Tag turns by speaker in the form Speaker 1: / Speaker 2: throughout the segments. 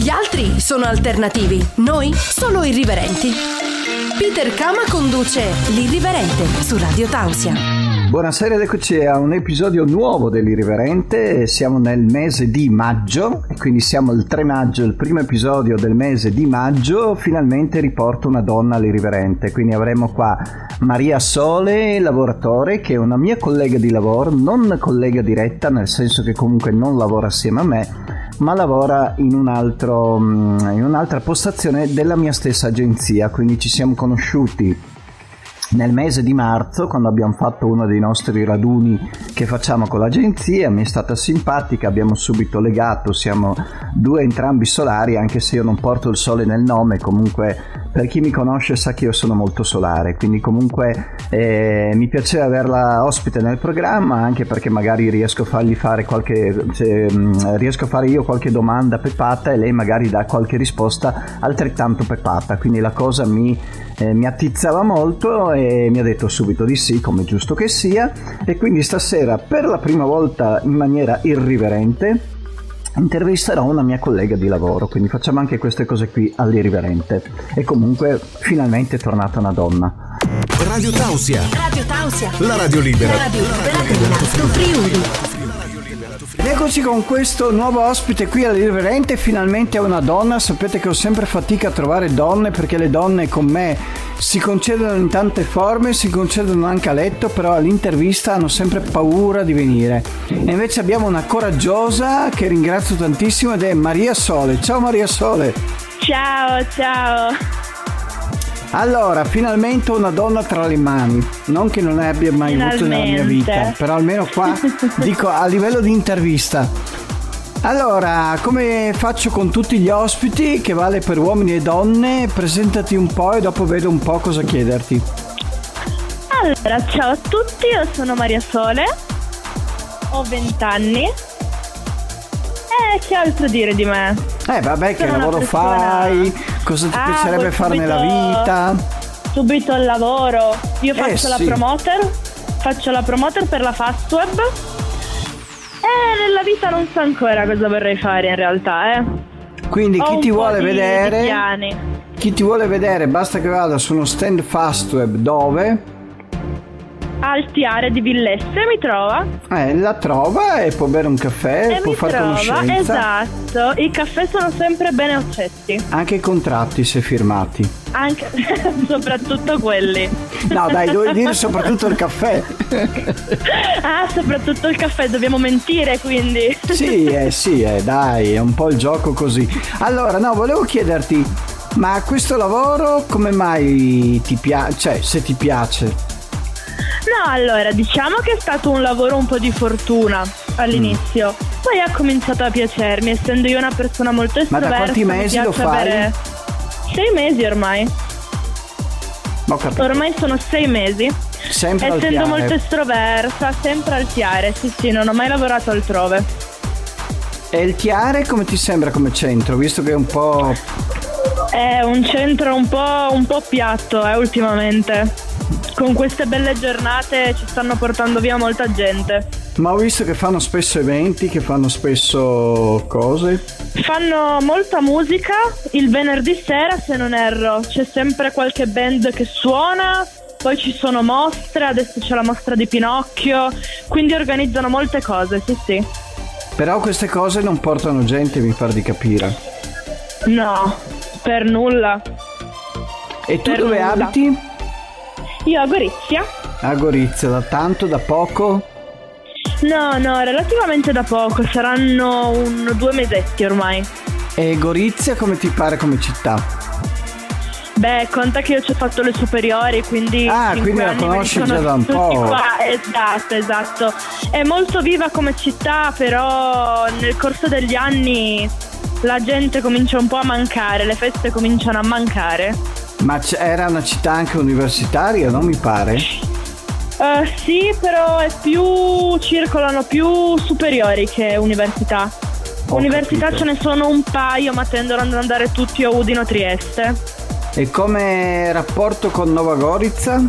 Speaker 1: Gli altri sono alternativi, noi solo irriverenti. Peter Kama conduce L'Irriverente su Radio Tausia.
Speaker 2: Buonasera ed eccoci a un episodio nuovo dell'Irriverente. Siamo nel mese di maggio e quindi siamo il 3 maggio, il primo episodio del mese di maggio. Finalmente riporto una donna all'Irriverente, quindi avremo qua Maria Sole, lavoratore, che è una mia collega di lavoro, non collega diretta, nel senso che comunque non lavora assieme a me, ma lavora in un'altra postazione della mia stessa agenzia. Quindi ci siamo conosciuti nel mese di marzo, quando abbiamo fatto uno dei nostri raduni che facciamo con l'agenzia. Mi è stata simpatica, abbiamo subito legato, siamo due entrambi solari, anche se io non porto il sole nel nome. Comunque per chi mi conosce sa che io sono molto solare, quindi comunque mi piaceva averla ospite nel programma, anche perché magari riesco a fargli fare riesco a fare io qualche domanda pepata e lei magari dà qualche risposta altrettanto pepata, quindi la cosa mi attizzava molto e mi ha detto subito di sì, come giusto che sia. E quindi stasera, per la prima volta in maniera irriverente, intervisterò una mia collega di lavoro, quindi facciamo anche queste cose qui all'Irriverente. E comunque finalmente è tornata una donna.
Speaker 3: Radio Tausia.
Speaker 1: Radio Tausia.
Speaker 3: La radio libera.
Speaker 1: La radio libera dell'Alto Friuli.
Speaker 2: Ed eccoci con questo nuovo ospite qui all'Irriverente. Finalmente è una donna. Sapete che ho sempre fatica a trovare donne, perché le donne con me si concedono in tante forme, si concedono anche a letto, però all'intervista hanno sempre paura di venire. E invece abbiamo una coraggiosa che ringrazio tantissimo, ed è Maria Sole. Ciao Maria Sole.
Speaker 4: Ciao.
Speaker 2: Allora, finalmente una donna tra le mani. Non che non ne abbia mai avuto nella mia vita, però almeno qua dico a livello di intervista. Allora, come faccio con tutti gli ospiti, che vale per uomini e donne, presentati un po' e dopo vedo un po' cosa chiederti.
Speaker 4: Allora, ciao a tutti, io sono Maria Sole, ho 20 anni. Che altro dire di me?
Speaker 2: Vabbè, che
Speaker 4: sono
Speaker 2: lavoro fai? Cosa ti piacerebbe fare nella vita?
Speaker 4: Subito il lavoro. Io faccio la promoter per la Fastweb. E nella vita non so ancora cosa vorrei fare in realtà,
Speaker 2: Quindi chi ti vuole vedere?
Speaker 4: Piani.
Speaker 2: Chi ti vuole vedere basta che vada su uno stand Fastweb. Dove?
Speaker 4: Al Tiare di Villesse mi trova.
Speaker 2: La trova e può bere un caffè, può fare conoscenza.
Speaker 4: Esatto, i caffè sono sempre bene accetti.
Speaker 2: Anche i contratti, se firmati.
Speaker 4: Anche, soprattutto quelli.
Speaker 2: No dai, dovevi dire soprattutto il caffè.
Speaker 4: Soprattutto il caffè, dobbiamo mentire quindi.
Speaker 2: Sì, dai, è un po' il gioco così. Allora, no, volevo chiederti, ma questo lavoro come mai ti piace? Cioè, se ti piace?
Speaker 4: No, allora, diciamo che è stato un lavoro un po' di fortuna all'inizio. Poi ha cominciato a piacermi, essendo io una persona molto estroversa.
Speaker 2: Ma da quanti mesi lo fai?
Speaker 4: 6 mesi ormai.
Speaker 2: Ho capito.
Speaker 4: Ormai sono 6 mesi.
Speaker 2: Sempre al Tiare.
Speaker 4: Essendo molto estroversa, sempre al Tiare. Sì, non ho mai lavorato altrove.
Speaker 2: E il Tiare come ti sembra come centro? Visto che è un po'...
Speaker 4: È un centro un po' piatto, ultimamente. Con queste belle giornate ci stanno portando via molta gente.
Speaker 2: Ma ho visto che fanno spesso eventi, che fanno spesso cose.
Speaker 4: Fanno molta musica. Il venerdì sera, se non erro, c'è sempre qualche band che suona. Poi ci sono mostre, adesso c'è la mostra di Pinocchio. Quindi organizzano molte cose, sì.
Speaker 2: Però queste cose non portano gente, mi pare di capire.
Speaker 4: No, per nulla.
Speaker 2: E tu dove abiti?
Speaker 4: Io a Gorizia.
Speaker 2: A Gorizia, da tanto, da poco?
Speaker 4: No, relativamente da poco, saranno 2 mesetti ormai.
Speaker 2: E Gorizia come ti pare come città?
Speaker 4: Beh, conta che io ci ho fatto le superiori, quindi...
Speaker 2: quindi la conosci già da un po'.
Speaker 4: Qua. Esatto. È molto viva come città, però nel corso degli anni la gente comincia un po' a mancare, le feste cominciano a mancare.
Speaker 2: Ma era una città anche universitaria, non mi pare?
Speaker 4: Sì, però circolano più superiori che università. Università ce ne sono un paio, ma tendono ad andare tutti a Udine o Trieste.
Speaker 2: E come rapporto con Nova Gorica?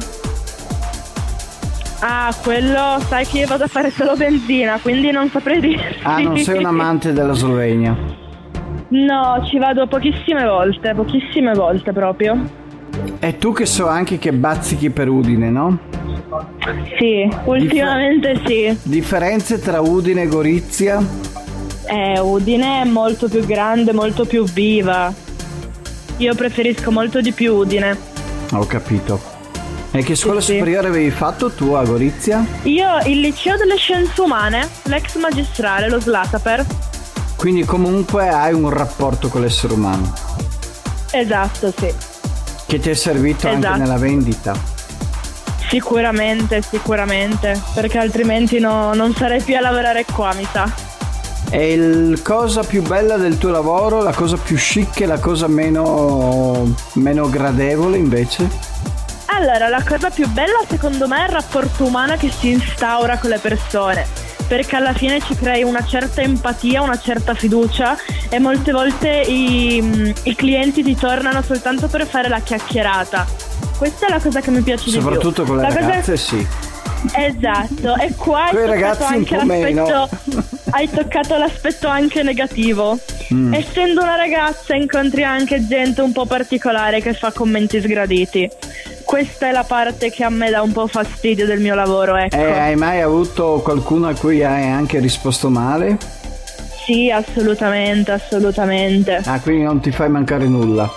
Speaker 4: Quello, sai che io vado a fare solo benzina, quindi non saprei dirti.
Speaker 2: Non sei un amante della Slovenia?
Speaker 4: No, ci vado pochissime volte proprio.
Speaker 2: E tu che so anche che bazzichi per Udine, no?
Speaker 4: Sì, ultimamente sì.
Speaker 2: Differenze tra Udine e Gorizia?
Speaker 4: Udine è molto più grande, molto più viva. Io preferisco molto di più Udine.
Speaker 2: Ho capito. E che scuola superiore avevi fatto tu a Gorizia?
Speaker 4: Io il liceo delle scienze umane, l'ex magistrale, lo Slataper.
Speaker 2: Quindi comunque hai un rapporto con l'essere umano.
Speaker 4: Esatto, sì.
Speaker 2: Che ti è servito anche nella vendita.
Speaker 4: Sicuramente, perché altrimenti non sarei più a lavorare qua, mi sa.
Speaker 2: E la cosa più bella del tuo lavoro, la cosa più chic e la cosa meno gradevole invece?
Speaker 4: Allora, la cosa più bella secondo me è il rapporto umano che si instaura con le persone, perché alla fine ci crei una certa empatia, una certa fiducia e molte volte i clienti ti tornano soltanto per fare la chiacchierata. Questa è la cosa che mi piace di più.
Speaker 2: Soprattutto con le ragazze, sì.
Speaker 4: Esatto, e qua
Speaker 2: con i ragazzi anche un po' meno.
Speaker 4: Hai toccato l'aspetto anche negativo. Essendo una ragazza incontri anche gente un po' particolare che fa commenti sgraditi. Questa è la parte che a me dà un po' fastidio del mio lavoro, ecco.
Speaker 2: Hai mai avuto qualcuno a cui hai anche risposto male?
Speaker 4: Sì, assolutamente.
Speaker 2: Ah, quindi non ti fai mancare nulla?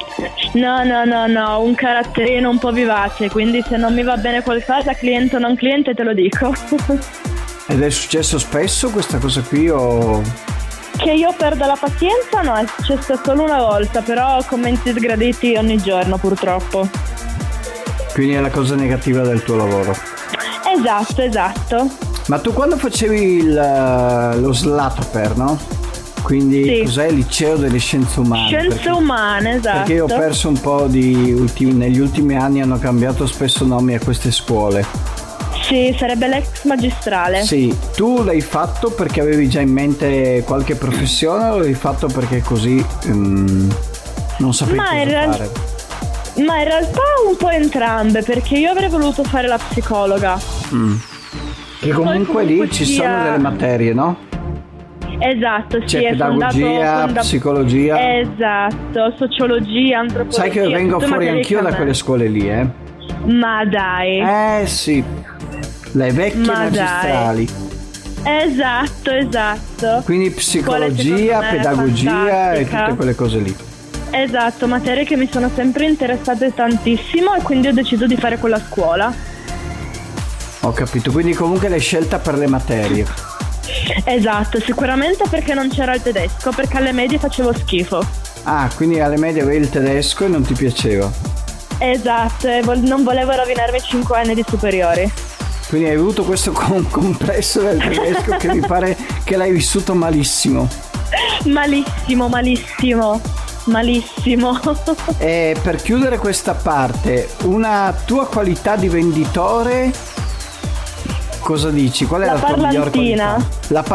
Speaker 4: No, un caratterino un po' vivace, quindi se non mi va bene qualcosa, cliente o non cliente, te lo dico.
Speaker 2: Ed è successo spesso questa cosa qui o...
Speaker 4: Che io perda la pazienza? No, è successo solo una volta, però commenti sgraditi ogni giorno purtroppo.
Speaker 2: Quindi è la cosa negativa del tuo lavoro.
Speaker 4: Esatto.
Speaker 2: Ma tu quando facevi lo Slataper, no? Quindi sì. Cos'è il liceo delle scienze umane?
Speaker 4: Scienze umane, esatto.
Speaker 2: Perché io ho perso un po' negli ultimi anni hanno cambiato spesso nomi a queste scuole.
Speaker 4: Sì, sarebbe l'ex magistrale.
Speaker 2: Sì, tu l'hai fatto perché avevi già in mente qualche professione o l'hai fatto perché così non sapevi cosa fare?
Speaker 4: Ma in realtà un po' entrambe, perché io avrei voluto fare la psicologa.
Speaker 2: Che comunque lì ci sono delle materie, no?
Speaker 4: Esatto, sì,
Speaker 2: c'è pedagogia, psicologia.
Speaker 4: Esatto, sociologia, antropologia.
Speaker 2: Sai che vengo fuori anch'io da quelle scuole lì,
Speaker 4: Ma dai.
Speaker 2: Sì, le vecchie magistrali.
Speaker 4: Esatto.
Speaker 2: Quindi psicologia, pedagogia e tutte quelle cose lì.
Speaker 4: Esatto, materie che mi sono sempre interessate tantissimo e quindi ho deciso di fare quella scuola.
Speaker 2: Ho capito, quindi comunque l'hai scelta per le materie.
Speaker 4: Esatto, sicuramente perché non c'era il tedesco, perché alle medie facevo schifo.
Speaker 2: Ah, quindi alle medie avevi il tedesco e non ti piaceva.
Speaker 4: Esatto, e non volevo rovinarmi 5 anni di superiori.
Speaker 2: Quindi hai avuto questo complesso del tedesco che mi pare che l'hai vissuto malissimo. Malissimo. E per chiudere questa parte, una tua qualità di venditore, cosa dici? Qual è la tua miglior qualità? La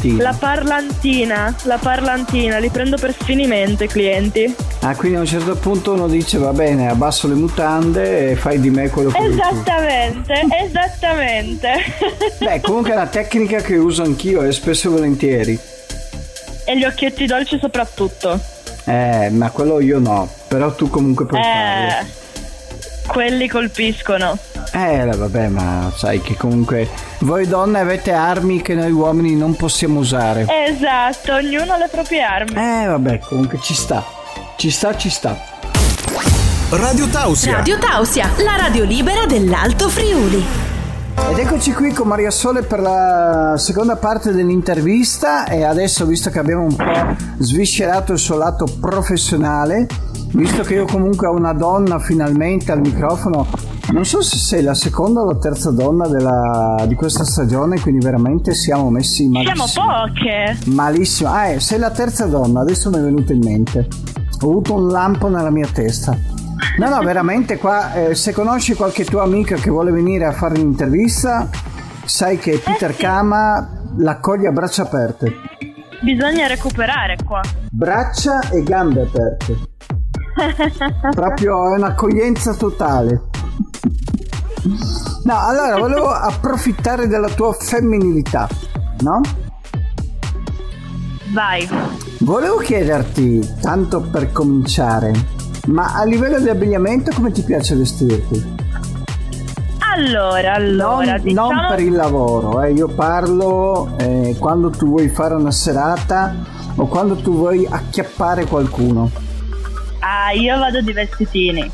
Speaker 4: parlantina, li prendo per sfinimento i clienti.
Speaker 2: Ah, quindi a un certo punto uno dice va bene, abbasso le mutande e fai di me quello che vuoi tu.
Speaker 4: Esattamente.
Speaker 2: Beh, comunque è una tecnica che uso anch'io e spesso e volentieri.
Speaker 4: E gli occhietti dolci soprattutto.
Speaker 2: Ma quello io no, però tu comunque puoi farlo.
Speaker 4: Quelli colpiscono.
Speaker 2: Vabbè, ma sai che comunque voi donne avete armi che noi uomini non possiamo usare.
Speaker 4: Esatto, ognuno ha le proprie armi.
Speaker 2: Vabbè, comunque ci sta.
Speaker 3: Radio Tausia,
Speaker 1: la radio libera dell'Alto Friuli.
Speaker 2: Ed eccoci qui con Maria Sole per la seconda parte dell'intervista. E adesso, visto che abbiamo un po' sviscerato il suo lato professionale, visto che io comunque ho una donna finalmente al microfono, non so se sei la seconda o la terza donna di questa stagione, quindi veramente siamo messi malissimo.
Speaker 4: Siamo poche.
Speaker 2: Malissimo. Sei la terza donna, adesso mi è venuto in mente. Ho avuto un lampo nella mia testa. No, veramente qua, se conosci qualche tua amica che vuole venire a fare un'intervista, sai che Peter Kama l'accoglie a braccia aperte.
Speaker 4: Bisogna recuperare qua.
Speaker 2: Braccia e gambe aperte. Proprio è un'accoglienza totale. No, allora volevo approfittare della tua femminilità, no?
Speaker 4: Vai.
Speaker 2: Volevo chiederti, tanto per cominciare, ma a livello di abbigliamento come ti piace vestirti?
Speaker 4: Allora, diciamo...
Speaker 2: Non per il lavoro, io parlo quando tu vuoi fare una serata o quando tu vuoi acchiappare qualcuno.
Speaker 4: Io vado di vestitini.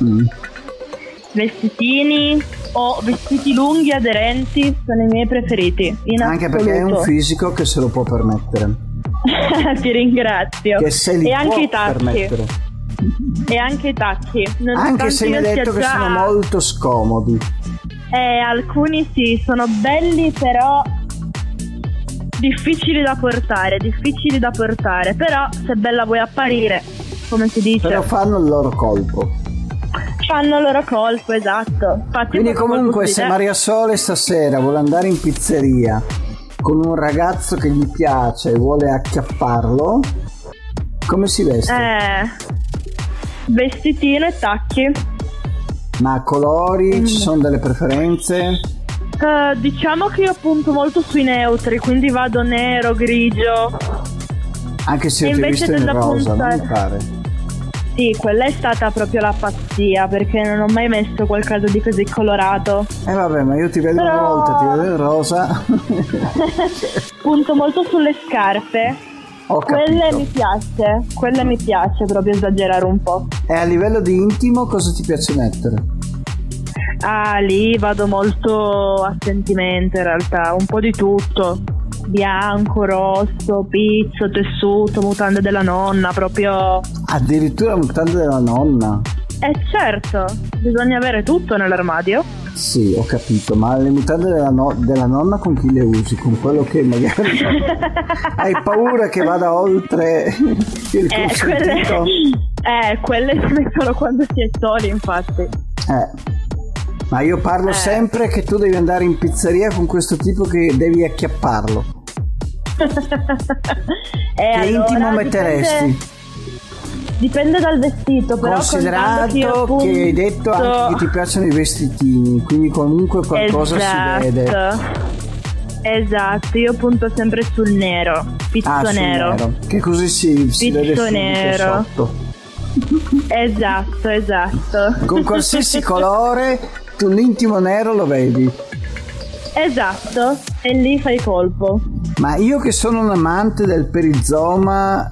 Speaker 4: Vestitini o vestiti lunghi aderenti sono i miei preferiti.
Speaker 2: Anche perché è un fisico che se lo può permettere.
Speaker 4: Ti ringrazio.
Speaker 2: Che se li
Speaker 4: e
Speaker 2: può
Speaker 4: anche i tacchi.
Speaker 2: permettere.
Speaker 4: E anche i tacchi.
Speaker 2: Anche se mi hai detto che sono molto scomodi.
Speaker 4: Alcuni sì, sono belli, però difficili da portare. Però se bella vuoi apparire, come si dice.
Speaker 2: Però fanno il loro colpo.
Speaker 4: Esatto. Infatti,
Speaker 2: quindi comunque se Maria Sole stasera vuole andare in pizzeria con un ragazzo che gli piace e vuole acchiapparlo, come si veste?
Speaker 4: Vestitino e tacchi.
Speaker 2: Ma colori, ci sono delle preferenze?
Speaker 4: Diciamo che io punto molto sui neutri, quindi vado nero, grigio.
Speaker 2: Anche se io ti ho visto in rosa, non mi pare.
Speaker 4: Sì, quella è stata proprio la pazzia, perché non ho mai messo qualcosa di così colorato.
Speaker 2: Vabbè, ma io ti vedo una volta, ti vedo in rosa.
Speaker 4: Punto molto sulle scarpe. Quelle mi piace proprio esagerare un po'.
Speaker 2: E a livello di intimo cosa ti piace mettere?
Speaker 4: Lì vado molto a sentimento in realtà, un po' di tutto. Bianco, rosso, pizzo, tessuto, mutande della nonna, proprio.
Speaker 2: Addirittura mutande della nonna?
Speaker 4: Certo, bisogna avere tutto nell'armadio.
Speaker 2: Sì, ho capito, ma le mutande della nonna con chi le usi? Con quello che magari hai paura che vada oltre il consentito?
Speaker 4: Quelle si mettono quando si è soli, infatti.
Speaker 2: Ma io parlo sempre che tu devi andare in pizzeria con questo tipo che devi acchiapparlo. Che allora, intimo metteresti?
Speaker 4: Dipende dal vestito, però
Speaker 2: considerato che hai detto anche che ti piacciono i vestitini, quindi comunque qualcosa si vede.
Speaker 4: Esatto, io punto sempre sul nero, pizzo nero.
Speaker 2: Che così si vede subito
Speaker 4: nero.
Speaker 2: sotto.
Speaker 4: Esatto.
Speaker 2: Con qualsiasi colore tu l'intimo nero lo vedi.
Speaker 4: Esatto, e lì fai colpo.
Speaker 2: Ma io che sono un amante del perizoma,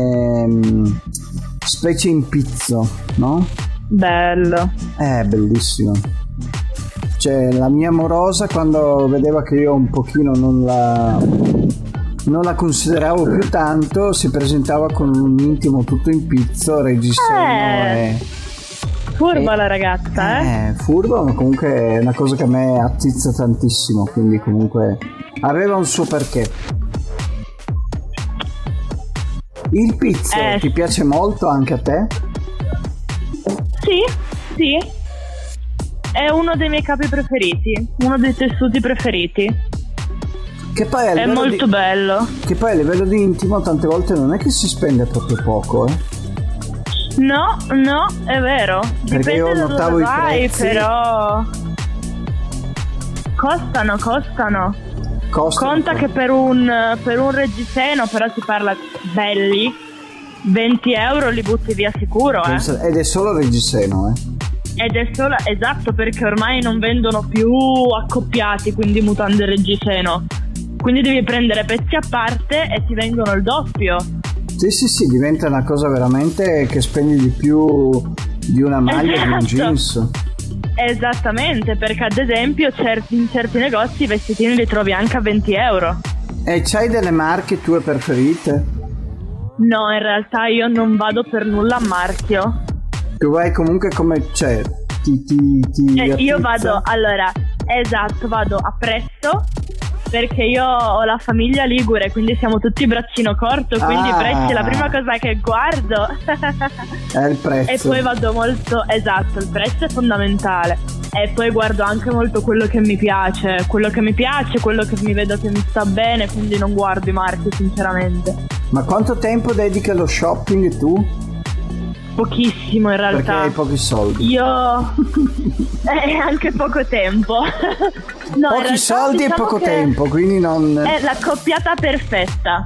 Speaker 2: specie in pizzo, no?
Speaker 4: Bello.
Speaker 2: Bellissimo. Cioè la mia amorosa, quando vedeva che io un pochino non la consideravo più tanto, si presentava con un intimo tutto in pizzo, reggiseno
Speaker 4: furba la ragazza,
Speaker 2: furba, ma comunque è una cosa che a me attizza tantissimo, quindi comunque aveva un suo perché. Il pizzo ti piace molto anche a te?
Speaker 4: Sì. È uno dei miei capi preferiti, uno dei tessuti preferiti.
Speaker 2: Che poi
Speaker 4: è molto bello.
Speaker 2: Che poi a livello di intimo tante volte non è che si spende proprio poco,
Speaker 4: No, è vero.
Speaker 2: Perché
Speaker 4: dipende
Speaker 2: io notavo
Speaker 4: da dove
Speaker 2: i prezzi.
Speaker 4: Però costano. Conta che per un reggiseno, però si parla belli, 20 euro li butti via sicuro.
Speaker 2: Ed è solo reggiseno,
Speaker 4: Ed è solo, esatto, perché ormai non vendono più accoppiati, quindi mutande e reggiseno. Quindi devi prendere pezzi a parte e ti vengono il doppio.
Speaker 2: Sì, diventa una cosa veramente che spendi di più di una maglia di un jeans.
Speaker 4: Esattamente, perché ad esempio in certi negozi i vestitini li trovi anche a 20 euro.
Speaker 2: E c'hai delle marche tue preferite?
Speaker 4: No, in realtà io non vado per nulla a marchio.
Speaker 2: Tu vai comunque come c'è?
Speaker 4: Io vado, vado a prezzo, perché io ho la famiglia ligure, quindi siamo tutti braccino corto, quindi i prezzi, la prima cosa che guardo
Speaker 2: è il prezzo.
Speaker 4: E poi vado molto, il prezzo è fondamentale. E poi guardo anche molto quello che mi piace, quello che mi vedo che mi sta bene, quindi non guardo i marchi sinceramente.
Speaker 2: Ma quanto tempo dedichi allo shopping tu?
Speaker 4: Pochissimo in realtà.
Speaker 2: Perché hai pochi soldi.
Speaker 4: Io anche poco tempo.
Speaker 2: No, pochi soldi e poco tempo, quindi non.
Speaker 4: È la coppiata perfetta.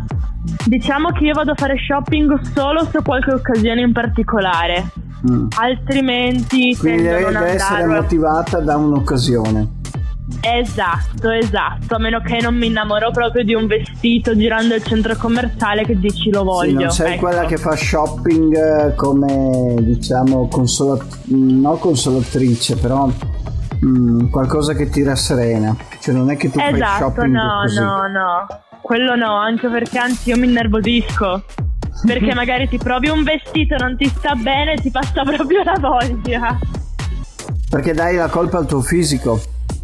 Speaker 4: Diciamo che io vado a fare shopping solo se ho qualche occasione in particolare, altrimenti
Speaker 2: quindi deve essere motivata da un'occasione.
Speaker 4: Esatto, a meno che non mi innamoro proprio di un vestito girando il centro commerciale che dici lo voglio.
Speaker 2: Sì, non sei quella che fa shopping come, diciamo, non consolatrice, però qualcosa che ti rasserena. Cioè non è che tu fai shopping così.
Speaker 4: No, quello no, anche perché anzi io mi innervosisco. Perché magari ti provi un vestito, non ti sta bene, ti passa proprio la voglia.
Speaker 2: Perché dai la colpa al tuo fisico.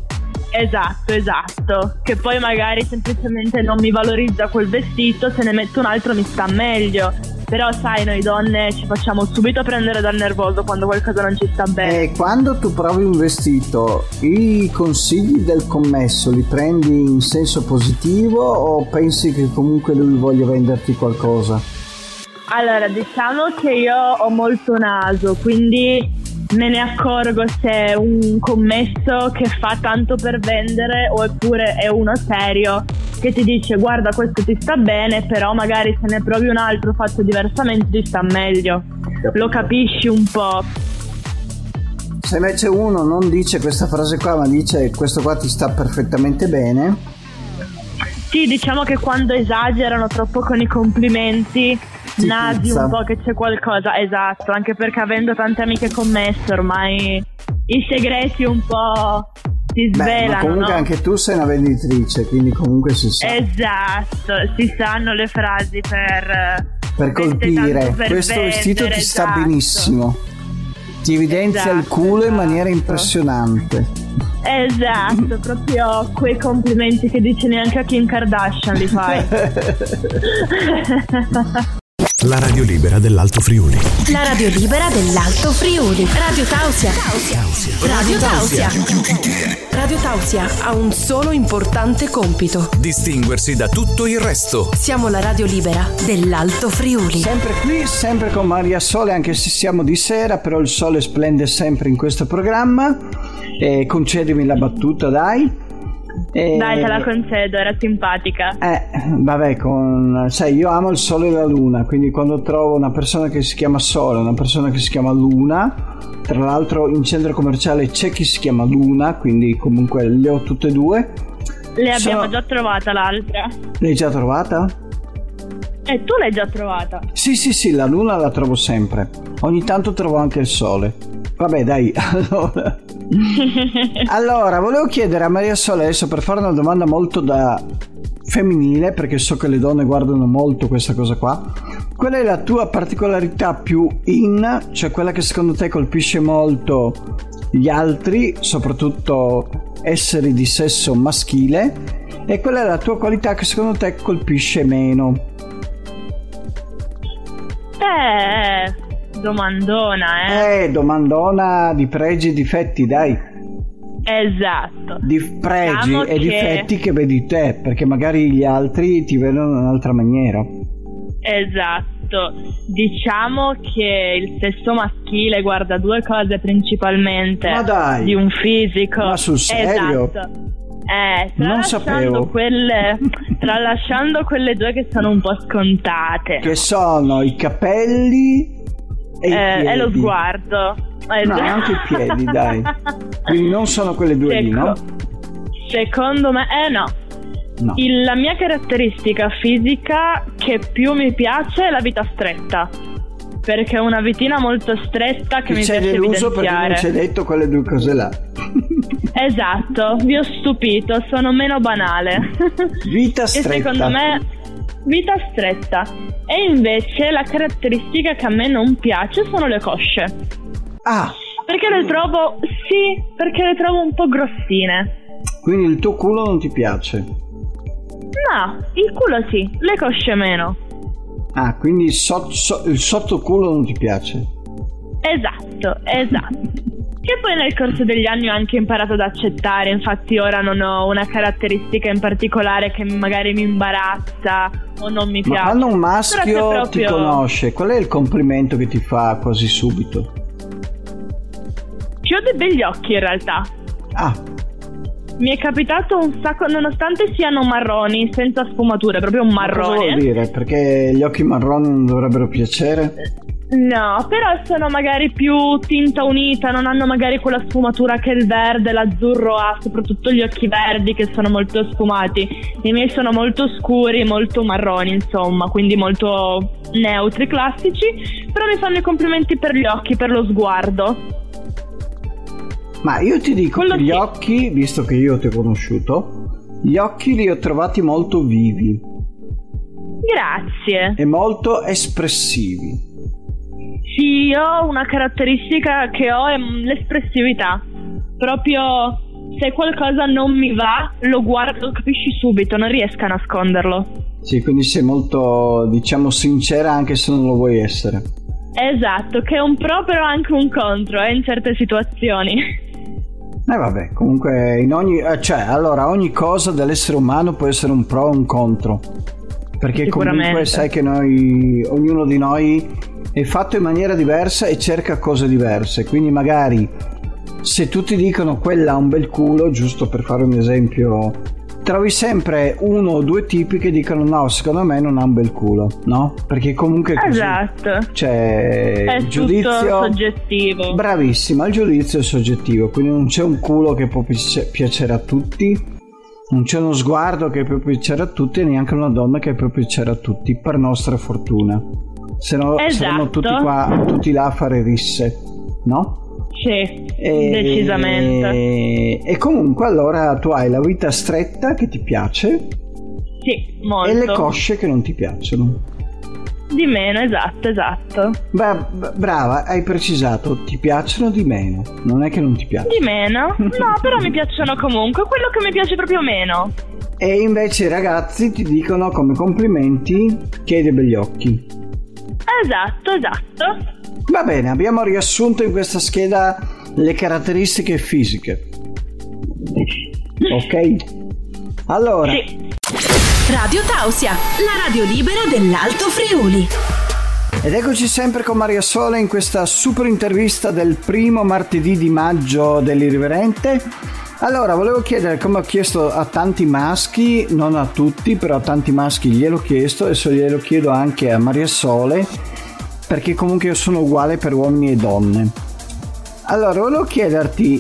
Speaker 4: Esatto, che poi magari semplicemente non mi valorizza quel vestito, se ne metto un altro mi sta meglio. Però sai, noi donne ci facciamo subito prendere dal nervoso quando qualcosa non ci sta bene.
Speaker 2: E quando tu provi un vestito, i consigli del commesso li prendi in senso positivo o pensi che comunque lui voglia venderti qualcosa?
Speaker 4: Allora, diciamo che io ho molto naso, quindi me ne accorgo se è un commesso che fa tanto per vendere oppure è uno serio che ti dice guarda questo ti sta bene, però magari se ne provi un altro fatto diversamente ti sta meglio. Lo capisci un po'.
Speaker 2: Se invece uno non dice questa frase qua ma dice questo qua ti sta perfettamente bene,
Speaker 4: sì, diciamo che quando esagerano troppo con i complimenti nasi un po' che c'è qualcosa. Esatto, anche perché avendo tante amiche commesse ormai i segreti un po' si svelano.
Speaker 2: Ma comunque no? Anche tu sei una venditrice, quindi comunque si sa.
Speaker 4: Esatto, si sanno le frasi per
Speaker 2: colpire. Questo
Speaker 4: vendere,
Speaker 2: vestito ti sta benissimo, ti evidenzia il culo in maniera impressionante.
Speaker 4: Esatto, proprio quei complimenti che dici neanche a Kim Kardashian li fai.
Speaker 3: La radio libera dell'Alto Friuli.
Speaker 1: La radio libera dell'Alto Friuli. Radio Tausia. Radio Tausia. Radio Tausia ha un solo importante compito:
Speaker 3: distinguersi da tutto il resto.
Speaker 1: Siamo la radio libera dell'Alto Friuli.
Speaker 2: Sempre qui, sempre con Maria Sole, anche se siamo di sera, però il sole splende sempre in questo programma. Concedimi la battuta, dai.
Speaker 4: Dai, te la concedo, era simpatica.
Speaker 2: Vabbè, sai, io amo il sole e la luna, quindi quando trovo una persona che si chiama Sole, una persona che si chiama Luna, tra l'altro in centro commerciale c'è chi si chiama Luna, quindi comunque le ho tutte e due.
Speaker 4: Le abbiamo già trovata l'altra.
Speaker 2: L'hai già trovata?
Speaker 4: Tu l'hai già trovata?
Speaker 2: Sì, la luna la trovo sempre. Ogni tanto trovo anche il sole. Vabbè, dai, allora volevo chiedere a Maria Sole adesso, per fare una domanda molto da femminile, perché so che le donne guardano molto questa cosa qua. Qual è la tua particolarità più cioè quella che secondo te colpisce molto gli altri, soprattutto esseri di sesso maschile, e qual è la tua qualità che secondo te colpisce meno?
Speaker 4: Domandona,
Speaker 2: domandona di pregi e difetti, dai.
Speaker 4: Esatto.
Speaker 2: Di pregi e difetti che vedi te, perché magari gli altri ti vedono in un'altra maniera.
Speaker 4: Esatto. Diciamo che il sesso maschile guarda due cose principalmente.
Speaker 2: Ma dai.
Speaker 4: Di un fisico.
Speaker 2: Ma sul serio?
Speaker 4: Esatto.
Speaker 2: Non sapevo.
Speaker 4: Tralasciando quelle due che sono un po' scontate,
Speaker 2: che sono i capelli e i piedi.
Speaker 4: E lo sguardo.
Speaker 2: No, anche i piedi, dai. Quindi non sono quelle due lì, no?
Speaker 4: Secondo me no. La mia caratteristica fisica che più mi piace è la vita stretta, perché è una vitina molto stretta che mi piace evidenziare.
Speaker 2: Perché non ci hai detto quelle due cose là.
Speaker 4: Esatto, vi ho stupito, sono meno banale.
Speaker 2: Vita stretta.
Speaker 4: E secondo me vita stretta. E invece la caratteristica che a me non piace sono le cosce. Perché le trovo un po' grossine.
Speaker 2: Quindi il tuo culo non ti piace?
Speaker 4: No, il culo sì, le cosce meno.
Speaker 2: Quindi il sottoculo non ti piace?
Speaker 4: Esatto. Che poi nel corso degli anni ho anche imparato ad accettare. Infatti ora non ho una caratteristica in particolare che magari mi imbarazza o non mi piace.
Speaker 2: Ma quando un maschio ti conosce, qual è il complimento che ti fa quasi subito?
Speaker 4: Chiude begli occhi in realtà. Mi è capitato un sacco, nonostante siano marroni, senza sfumature, proprio un marrone.
Speaker 2: Cosa vuol dire? Perché gli occhi marroni non dovrebbero piacere?
Speaker 4: No, però sono magari più tinta unita, non hanno magari quella sfumatura che il verde, l'azzurro ha, soprattutto gli occhi verdi che sono molto sfumati. I miei sono molto scuri, molto marroni, insomma, quindi molto neutri, classici, però mi fanno i complimenti per gli occhi, per lo sguardo.
Speaker 2: Ma io ti dico,
Speaker 4: Quello
Speaker 2: gli
Speaker 4: sì.
Speaker 2: occhi, visto che io ti ho conosciuto, gli occhi li ho trovati molto vivi
Speaker 4: Grazie.
Speaker 2: e molto espressivi.
Speaker 4: Sì, io una caratteristica che ho è l'espressività. Proprio se qualcosa non mi va, lo guardo, lo capisci subito, non riesco a nasconderlo.
Speaker 2: Sì, quindi sei molto, diciamo, sincera anche se non lo vuoi essere.
Speaker 4: Esatto, che è un pro però anche un contro, in certe situazioni.
Speaker 2: Vabbè, comunque in ogni, allora ogni cosa dell'essere umano può essere un pro e un contro. Perché comunque sai che noi, ognuno di noi è fatto in maniera diversa e cerca cose diverse. Quindi magari se tutti dicono quella ha un bel culo, giusto per fare un esempio, trovi sempre uno o due tipi che dicono no, secondo me non ha un bel culo, no? Perché comunque è così.
Speaker 4: Esatto.
Speaker 2: Cioè
Speaker 4: È
Speaker 2: il giudizio
Speaker 4: tutto soggettivo.
Speaker 2: Bravissima, il giudizio è soggettivo, quindi non c'è un culo che può piacere a tutti, non c'è uno sguardo che può piacere a tutti e neanche una donna che può piacere a tutti, per nostra fortuna. Se no saremmo tutti là a fare risse, no?
Speaker 4: Sì, decisamente.
Speaker 2: E comunque allora tu hai la vita stretta che ti piace,
Speaker 4: sì, molto.
Speaker 2: e le cosce che non ti piacciono.
Speaker 4: Di meno, esatto.
Speaker 2: Brava, hai precisato, ti piacciono di meno, non è che non ti piacciono.
Speaker 4: Di meno? No, però mi piacciono comunque, quello che mi piace proprio meno.
Speaker 2: E invece i ragazzi ti dicono come complimenti che hai dei begli occhi.
Speaker 4: Esatto.
Speaker 2: Va bene, abbiamo riassunto in questa scheda le caratteristiche fisiche. Ok? Allora,
Speaker 4: Sì.
Speaker 1: Radio Tausia, la radio libera dell'Alto Friuli.
Speaker 2: ed eccoci sempre con Maria Sole in questa super intervista del primo martedì di maggio dell'Irriverente. Allora, volevo chiedere, come ho chiesto a tanti maschi, non a tutti, però a tanti maschi gliel'ho chiesto, adesso glielo chiedo anche a Maria Sole, perché comunque io sono uguale per uomini e donne. Allora, volevo chiederti,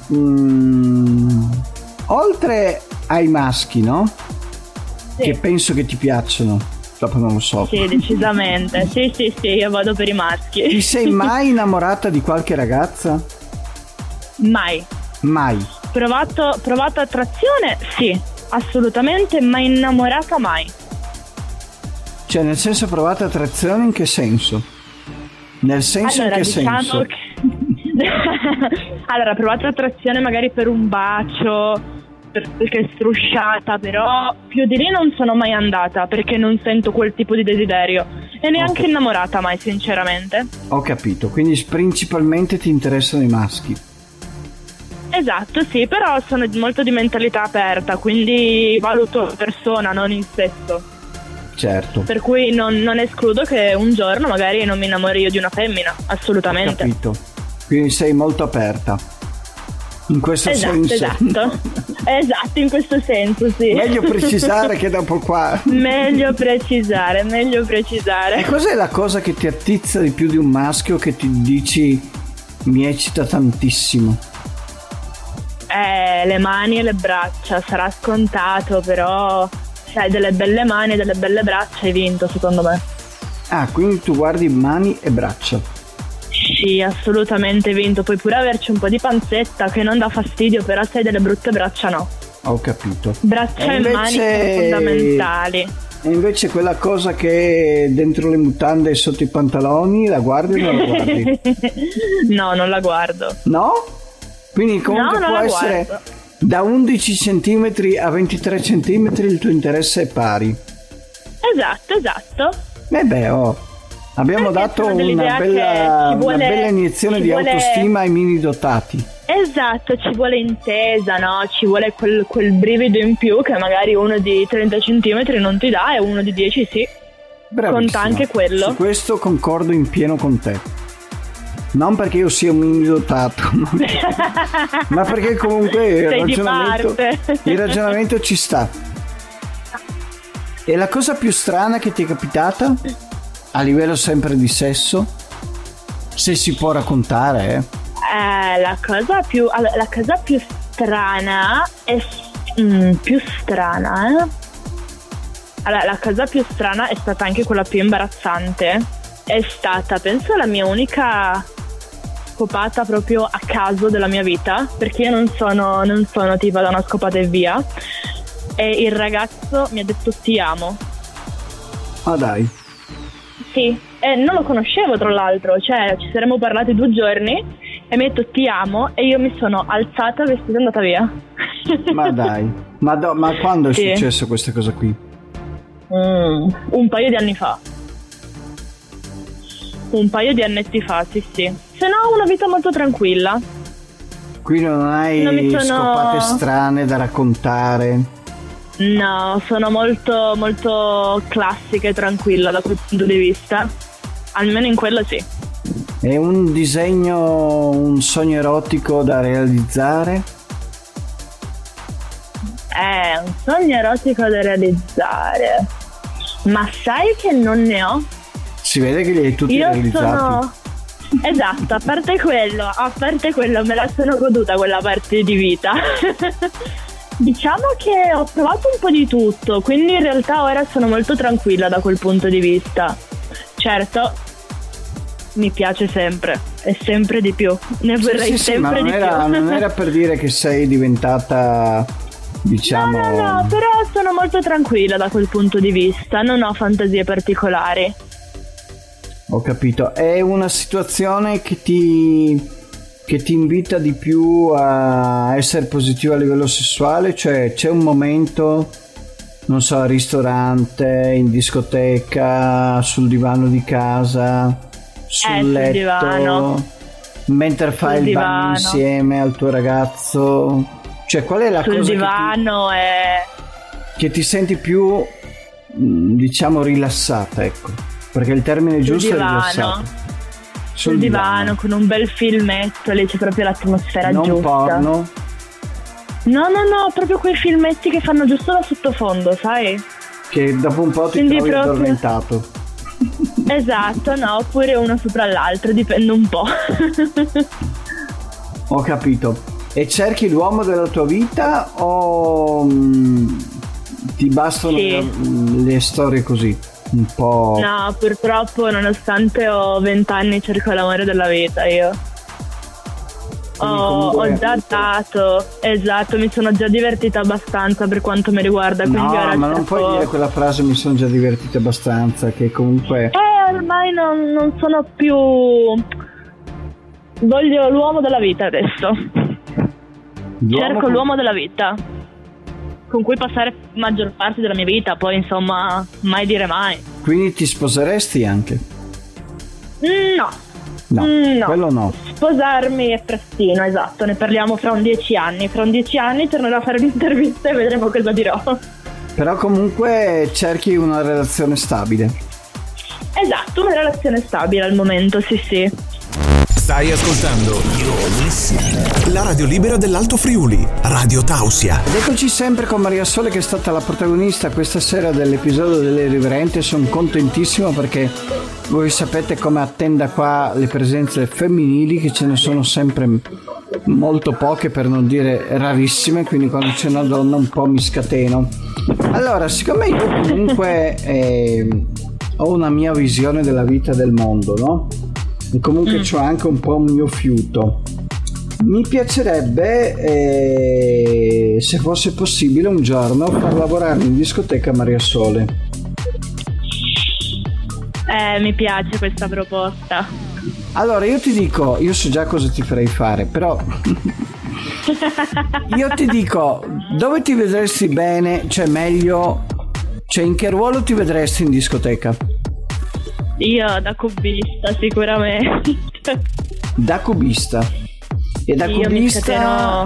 Speaker 2: oltre ai maschi, no?
Speaker 4: Sì.
Speaker 2: Che penso che ti piacciono, dopo non lo so.
Speaker 4: Sì, decisamente. Sì, io vado per i maschi.
Speaker 2: Ti sei mai innamorata di qualche ragazza?
Speaker 4: Mai. Provato attrazione? Sì, assolutamente, ma innamorata mai.
Speaker 2: Cioè, nel senso, provate attrazione in che senso? Nel senso,
Speaker 4: Allora,
Speaker 2: in che
Speaker 4: diciamo
Speaker 2: senso?
Speaker 4: che... Allora, provato attrazione magari per un bacio, perché è strusciata, però più di lì non sono mai andata perché non sento quel tipo di desiderio e neanche innamorata mai, sinceramente.
Speaker 2: Ho capito, quindi principalmente ti interessano i maschi.
Speaker 4: Esatto, sì, però sono molto di mentalità aperta, quindi valuto la persona, non il sesso.
Speaker 2: Certo.
Speaker 4: Per cui non escludo che un giorno magari non mi innamori io di una femmina, assolutamente.
Speaker 2: Ho capito. Quindi sei molto aperta. In questo senso.
Speaker 4: Esatto, in questo senso, sì.
Speaker 2: Meglio precisare che dopo qua.
Speaker 4: Meglio precisare.
Speaker 2: E cos'è la cosa che ti attizza di più di un maschio, che ti dici mi eccita tantissimo?
Speaker 4: Le mani e le braccia, sarà scontato, però se hai delle belle mani e delle belle braccia hai vinto, secondo me.
Speaker 2: Ah, quindi tu guardi mani e braccia.
Speaker 4: Sì, assolutamente vinto. Puoi pure averci un po' di panzetta che non dà fastidio, però se hai delle brutte braccia no.
Speaker 2: Ho capito.
Speaker 4: Braccia e mani sono fondamentali.
Speaker 2: E invece quella cosa che è dentro le mutande e sotto i pantaloni, la guardi o non la guardi?
Speaker 4: No, non la guardo.
Speaker 2: No? Quindi comunque può essere
Speaker 4: guardo.
Speaker 2: Da 11 cm a 23 cm il tuo interesse è pari.
Speaker 4: Esatto.
Speaker 2: Abbiamo dato una bella iniezione di autostima ai mini dotati.
Speaker 4: Esatto, ci vuole intesa, no? Ci vuole quel brivido in più che magari uno di 30 cm non ti dà e uno di 10 sì.
Speaker 2: Bravissima.
Speaker 4: Conta anche quello.
Speaker 2: Su questo concordo in pieno con te. Non perché io sia un mini-dotato, ma perché comunque il ragionamento ci sta. E la cosa più strana che ti è capitata? A livello sempre di sesso? Se si può raccontare,
Speaker 4: La cosa più strana è... più strana, eh? Allora, la cosa più strana è stata anche quella più imbarazzante. È stata, penso, la mia unica scopata proprio a caso della mia vita, perché io non sono tipo da una scopata e via. E il ragazzo mi ha detto ti amo.
Speaker 2: Ah, dai.
Speaker 4: Sì, e non lo conoscevo tra l'altro, cioè ci saremmo parlati 2 giorni e mi ha detto ti amo e io mi sono alzata, vestita e andata via.
Speaker 2: Ma dai, ma quando è successo questa cosa qui?
Speaker 4: Un paio di anni fa. Un paio di annetti fa, sì. Se no, una vita molto tranquilla.
Speaker 2: Qui non hai scopate strane da raccontare?
Speaker 4: No, sono molto, molto classica e tranquilla da quel punto di vista. Almeno in quello sì.
Speaker 2: È un disegno, un sogno erotico da realizzare?
Speaker 4: Un sogno erotico da realizzare. Ma sai che non ne ho?
Speaker 2: Si vede che li hai tutti realizzati.
Speaker 4: Esatto, a parte quello me la sono goduta quella parte di vita. Diciamo che ho provato un po' di tutto, quindi in realtà ora sono molto tranquilla da quel punto di vista. Certo, mi piace sempre, e sempre di più. Ne vorrei sempre di più.
Speaker 2: Non era per dire che sei diventata, diciamo...
Speaker 4: No, però sono molto tranquilla da quel punto di vista, non ho fantasie particolari.
Speaker 2: Ho capito. È una situazione che ti invita di più a essere positivo a livello sessuale? Cioè c'è un momento, non so, al ristorante, in discoteca, sul divano di casa, sul letto,
Speaker 4: divano.
Speaker 2: Mentre fai il bagno insieme al tuo ragazzo? Cioè qual è la
Speaker 4: sul
Speaker 2: cosa
Speaker 4: divano
Speaker 2: che ti senti più, diciamo, rilassata, ecco? Perché il termine giusto è rilassato.
Speaker 4: Sul divano con un bel filmetto, lì c'è proprio l'atmosfera
Speaker 2: non
Speaker 4: giusta.
Speaker 2: Porno?
Speaker 4: No, proprio quei filmetti che fanno giusto da sottofondo, sai?
Speaker 2: Che dopo un po' ti
Speaker 4: quindi
Speaker 2: trovi
Speaker 4: proprio
Speaker 2: addormentato.
Speaker 4: Esatto, no, oppure uno sopra l'altro, dipende un po'.
Speaker 2: Ho capito. E cerchi l'uomo della tua vita o ti bastano le storie così? Un po'...
Speaker 4: No, purtroppo nonostante ho 20 anni cerco l'amore della vita io. Ho già dato, esatto, mi sono già divertita abbastanza per quanto mi riguarda. Quindi ora
Speaker 2: ma non puoi dire quella frase mi sono già divertita abbastanza, che comunque...
Speaker 4: ormai non sono più... Voglio l'uomo della vita adesso. Cerco l'uomo della vita con cui passare maggior parte della mia vita, poi insomma mai dire mai.
Speaker 2: Quindi ti sposeresti anche?
Speaker 4: No,
Speaker 2: quello no.
Speaker 4: Sposarmi è prestino, esatto, ne parliamo fra un 10 anni. Fra un 10 anni tornerò a fare un'intervista e vedremo cosa dirò. Però
Speaker 2: comunque cerchi una relazione stabile.
Speaker 4: Esatto, una relazione stabile al momento, sì.
Speaker 3: Stai ascoltando la radio libera dell'Alto Friuli, Radio Tausia.
Speaker 2: Ed eccoci sempre con Maria Sole, che è stata la protagonista questa sera dell'episodio dell'Irriverente. Sono contentissimo perché voi sapete come attenda qua le presenze femminili, che ce ne sono sempre molto poche, per non dire rarissime, quindi quando c'è una donna un po' mi scateno. Allora, siccome io comunque ho una mia visione della vita e del mondo, no? E comunque c'ho anche un po' un mio fiuto. Mi piacerebbe, se fosse possibile, un giorno far lavorare in discoteca Maria Sole.
Speaker 4: Mi piace questa proposta.
Speaker 2: Allora io ti dico, io so già cosa ti farei fare, però io ti dico, dove ti vedresti bene, cioè meglio, cioè in che ruolo ti vedresti in discoteca?
Speaker 4: Io da cubista sicuramente.
Speaker 2: Da cubista? E da
Speaker 4: io
Speaker 2: cubista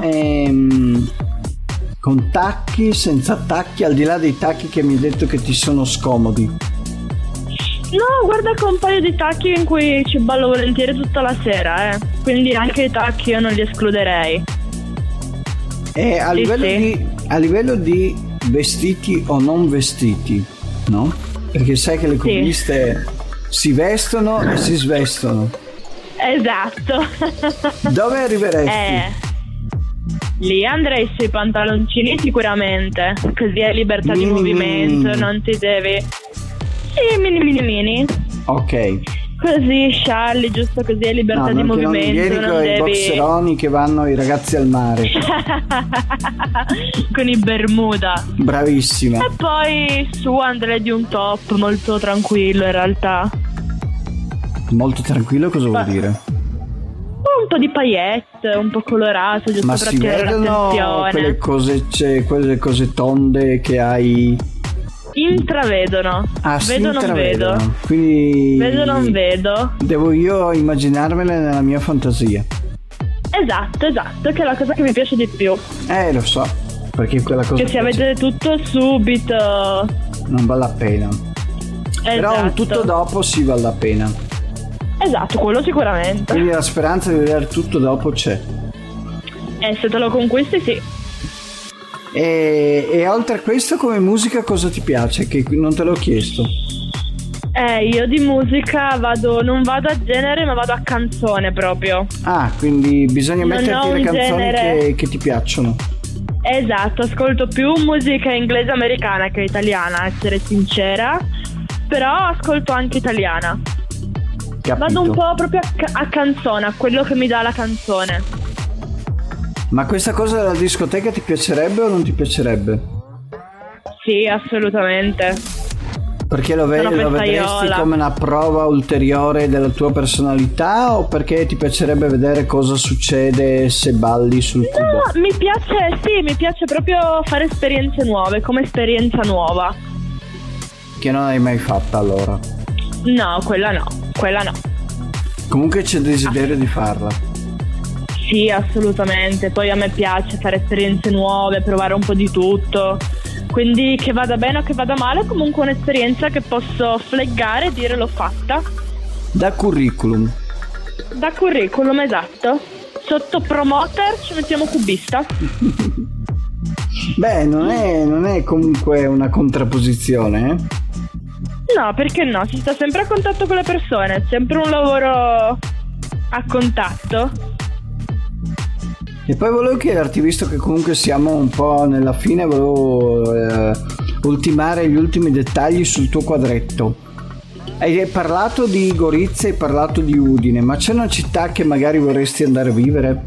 Speaker 2: con tacchi, senza tacchi, al di là dei tacchi che mi hai detto che ti sono scomodi?
Speaker 4: No, guarda che ho un paio di tacchi in cui ci ballo volentieri tutta la sera, quindi anche i tacchi io non li escluderei.
Speaker 2: E a livello di vestiti o non vestiti, no? Perché sai che le cubiste si vestono e si svestono.
Speaker 4: Esatto.
Speaker 2: Dove arriveresti?
Speaker 4: Lì andrei sui pantaloncini sicuramente, così hai libertà di movimento, non ti devi... Sì, mini.
Speaker 2: Ok.
Speaker 4: Così scialli, giusto così hai libertà di movimento, non devi...
Speaker 2: i boxeroni che vanno i ragazzi al mare.
Speaker 4: Con i Bermuda.
Speaker 2: Bravissima.
Speaker 4: E poi su andrei di un top molto tranquillo in realtà.
Speaker 2: Molto tranquillo cosa vuol dire?
Speaker 4: Un po' di paillette, un po' colorato, giusto per attirare l'attenzione.
Speaker 2: Quelle cose tonde che hai?
Speaker 4: Intravedono. Vedo non vedo.
Speaker 2: Quindi
Speaker 4: vedo non vedo.
Speaker 2: Devo io immaginarmele nella mia fantasia.
Speaker 4: Esatto, che è la cosa che mi piace di più.
Speaker 2: Lo so, perché quella cosa
Speaker 4: che se avete tutto subito
Speaker 2: non vale la pena. Però un tutto dopo sì vale la pena.
Speaker 4: Esatto, quello sicuramente.
Speaker 2: Quindi la speranza di vedere tutto dopo c'è.
Speaker 4: Se te lo conquisti sì.
Speaker 2: E oltre a questo, come musica cosa ti piace? Che non te l'ho chiesto.
Speaker 4: Io di musica non vado a genere, ma vado a canzone proprio.
Speaker 2: Quindi bisogna metterti le canzoni che ti piacciono.
Speaker 4: Esatto, ascolto più musica inglese americana che italiana, a essere sincera. Però ascolto anche italiana.
Speaker 2: Capito.
Speaker 4: Vado un po' proprio a canzone, a quello che mi dà la canzone.
Speaker 2: Ma questa cosa della discoteca ti piacerebbe o non ti piacerebbe?
Speaker 4: Sì, assolutamente.
Speaker 2: Perché lo vedresti come una prova ulteriore della tua personalità o perché ti piacerebbe vedere cosa succede se balli sul cubo?
Speaker 4: No, mi piace proprio fare esperienze nuove, come esperienza nuova.
Speaker 2: Che non hai mai fatta allora?
Speaker 4: No, quella no.
Speaker 2: Comunque c'è desiderio di farla.
Speaker 4: Sì, assolutamente. Poi a me piace fare esperienze nuove, provare un po' di tutto. Quindi che vada bene o che vada male, comunque un'esperienza che posso fleggare e dire l'ho fatta.
Speaker 2: Da curriculum,
Speaker 4: esatto. Sotto promoter ci mettiamo cubista.
Speaker 2: Beh, non è comunque una contrapposizione,
Speaker 4: No, perché no? Si sta sempre a contatto con le persone, è sempre un lavoro a contatto.
Speaker 2: E poi volevo chiederti, visto che comunque siamo un po' nella fine, volevo ultimare gli ultimi dettagli sul tuo quadretto. Hai parlato di Gorizia, hai parlato di Udine, ma c'è una città che magari vorresti andare a vivere?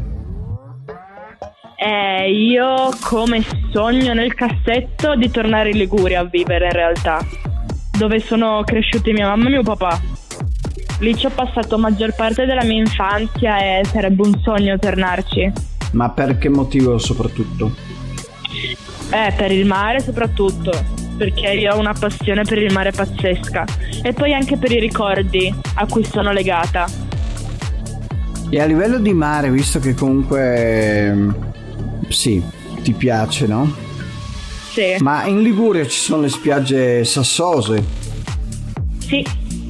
Speaker 4: Io come sogno nel cassetto di tornare in Liguria a vivere in realtà, dove sono cresciuti mia mamma e mio papà. Lì ci ho passato maggior parte della mia infanzia e sarebbe un sogno tornarci.
Speaker 2: Ma per che motivo soprattutto?
Speaker 4: Per il mare soprattutto, perché io ho una passione per il mare pazzesca e poi anche per i ricordi a cui sono legata.
Speaker 2: E a livello di mare, visto che comunque sì, ti piace, no?
Speaker 4: Sì.
Speaker 2: Ma in Liguria ci sono le spiagge sassose?
Speaker 4: Sì.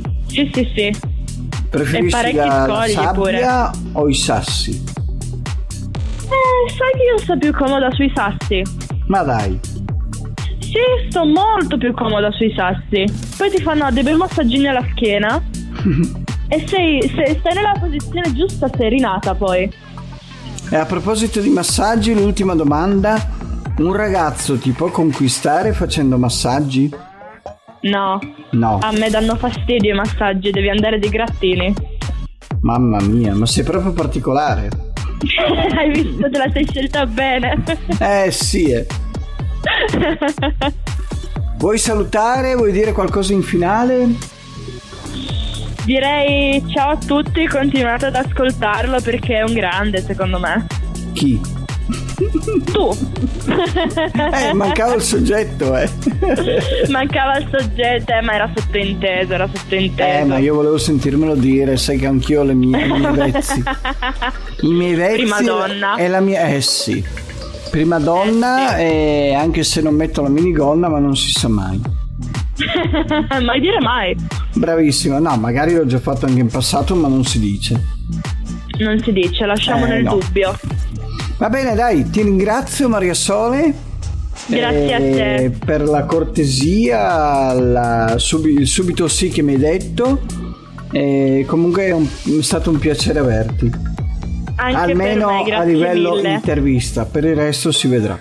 Speaker 2: Preferisci la sabbia pure o i sassi?
Speaker 4: Sai che io sto più comoda sui sassi.
Speaker 2: Ma dai.
Speaker 4: Sì, sto molto più comoda sui sassi. Poi ti fanno dei bei massagini alla schiena e stai nella posizione giusta, sei rinata poi.
Speaker 2: E a proposito di massaggi, l'ultima domanda: un ragazzo ti può conquistare facendo massaggi?
Speaker 4: No. A me danno fastidio i massaggi, devi andare di grattini.
Speaker 2: Mamma mia, ma sei proprio particolare.
Speaker 4: Hai visto, te la sei scelta bene.
Speaker 2: Sì. Vuoi salutare? Vuoi dire qualcosa in finale?
Speaker 4: Direi ciao a tutti, continuate ad ascoltarlo perché è un grande secondo me.
Speaker 2: Chi?
Speaker 4: Tu.
Speaker 2: Mancava il soggetto,
Speaker 4: Mancava il soggetto, ma era sottointeso.
Speaker 2: Ma io volevo sentirmelo dire, sai che anch'io ho i miei vezzi. I miei vezzi.
Speaker 4: Prima donna.
Speaker 2: È la mia, sì. Prima donna,
Speaker 4: sì.
Speaker 2: Anche se non metto la minigonna, ma non si sa mai.
Speaker 4: Mai dire mai.
Speaker 2: Bravissimo, no, magari l'ho già fatto anche in passato, ma non si dice.
Speaker 4: Non si dice, lasciamo nel dubbio.
Speaker 2: Va bene, dai, ti ringrazio Maria Sole.
Speaker 4: Grazie a te.
Speaker 2: Per la cortesia, subito sì che mi hai detto. Comunque è stato un piacere averti.
Speaker 4: Anche
Speaker 2: almeno
Speaker 4: per me, grazie
Speaker 2: a livello
Speaker 4: mille.
Speaker 2: intervista, per il resto si vedrà.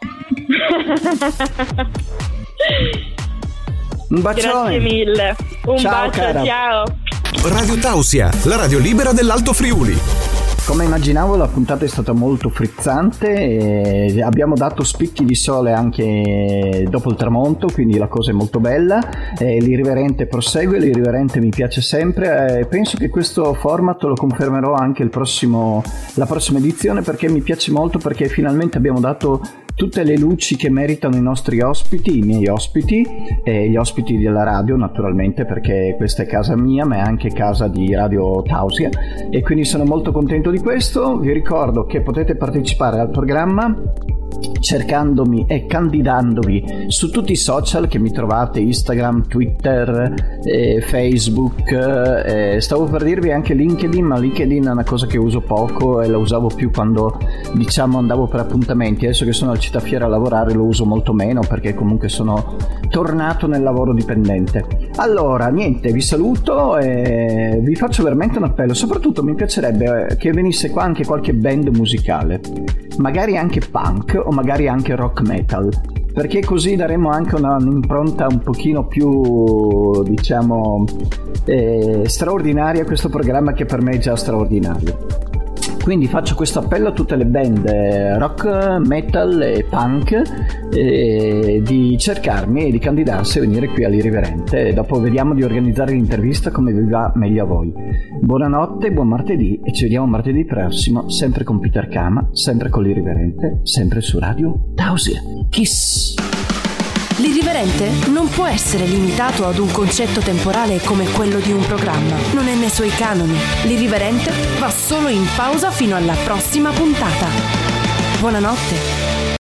Speaker 2: Un bacione.
Speaker 4: Grazie mille. Un
Speaker 2: Ciao,
Speaker 4: bacio,
Speaker 2: cara.
Speaker 4: ciao.
Speaker 3: Radio Tausia, la radio libera dell'Alto Friuli.
Speaker 2: Come immaginavo, la puntata è stata molto frizzante e abbiamo dato spicchi di sole anche dopo il tramonto, quindi la cosa è molto bella. L'irriverente prosegue, l'irriverente mi piace sempre. Penso che questo format lo confermerò anche la prossima edizione, perché mi piace molto, perché finalmente abbiamo dato tutte le luci che meritano i nostri ospiti, i miei ospiti e gli ospiti della radio, naturalmente, perché questa è casa mia ma è anche casa di Radio Tausia, e quindi sono molto contento di questo. Vi ricordo che potete partecipare al programma cercandomi e candidandovi su tutti i social che mi trovate: Instagram, Twitter, Facebook, stavo per dirvi anche LinkedIn, ma LinkedIn è una cosa che uso poco e la usavo più quando, diciamo, andavo per appuntamenti. Adesso che sono al Cittafiera a lavorare lo uso molto meno, perché comunque sono tornato nel lavoro dipendente. Allora niente, vi saluto e vi faccio veramente un appello. Soprattutto mi piacerebbe che venisse qua anche qualche band musicale, magari anche punk o magari anche rock metal, perché così daremo anche un'impronta un pochino più, diciamo, straordinaria a questo programma, che per me è già straordinario. Quindi faccio questo appello a tutte le band rock, metal e punk di cercarmi e di candidarsi a venire qui all'Irriverente, e dopo vediamo di organizzare l'intervista come vi va meglio a voi. Buonanotte, buon martedì, e ci vediamo martedì prossimo, sempre con Peter Kama, sempre con l'Irriverente, sempre su Radio Tausia. Kiss!
Speaker 1: L'irriverente non può essere limitato ad un concetto temporale come quello di un programma. Non è nei suoi canoni. L'irriverente va solo in pausa fino alla prossima puntata. Buonanotte.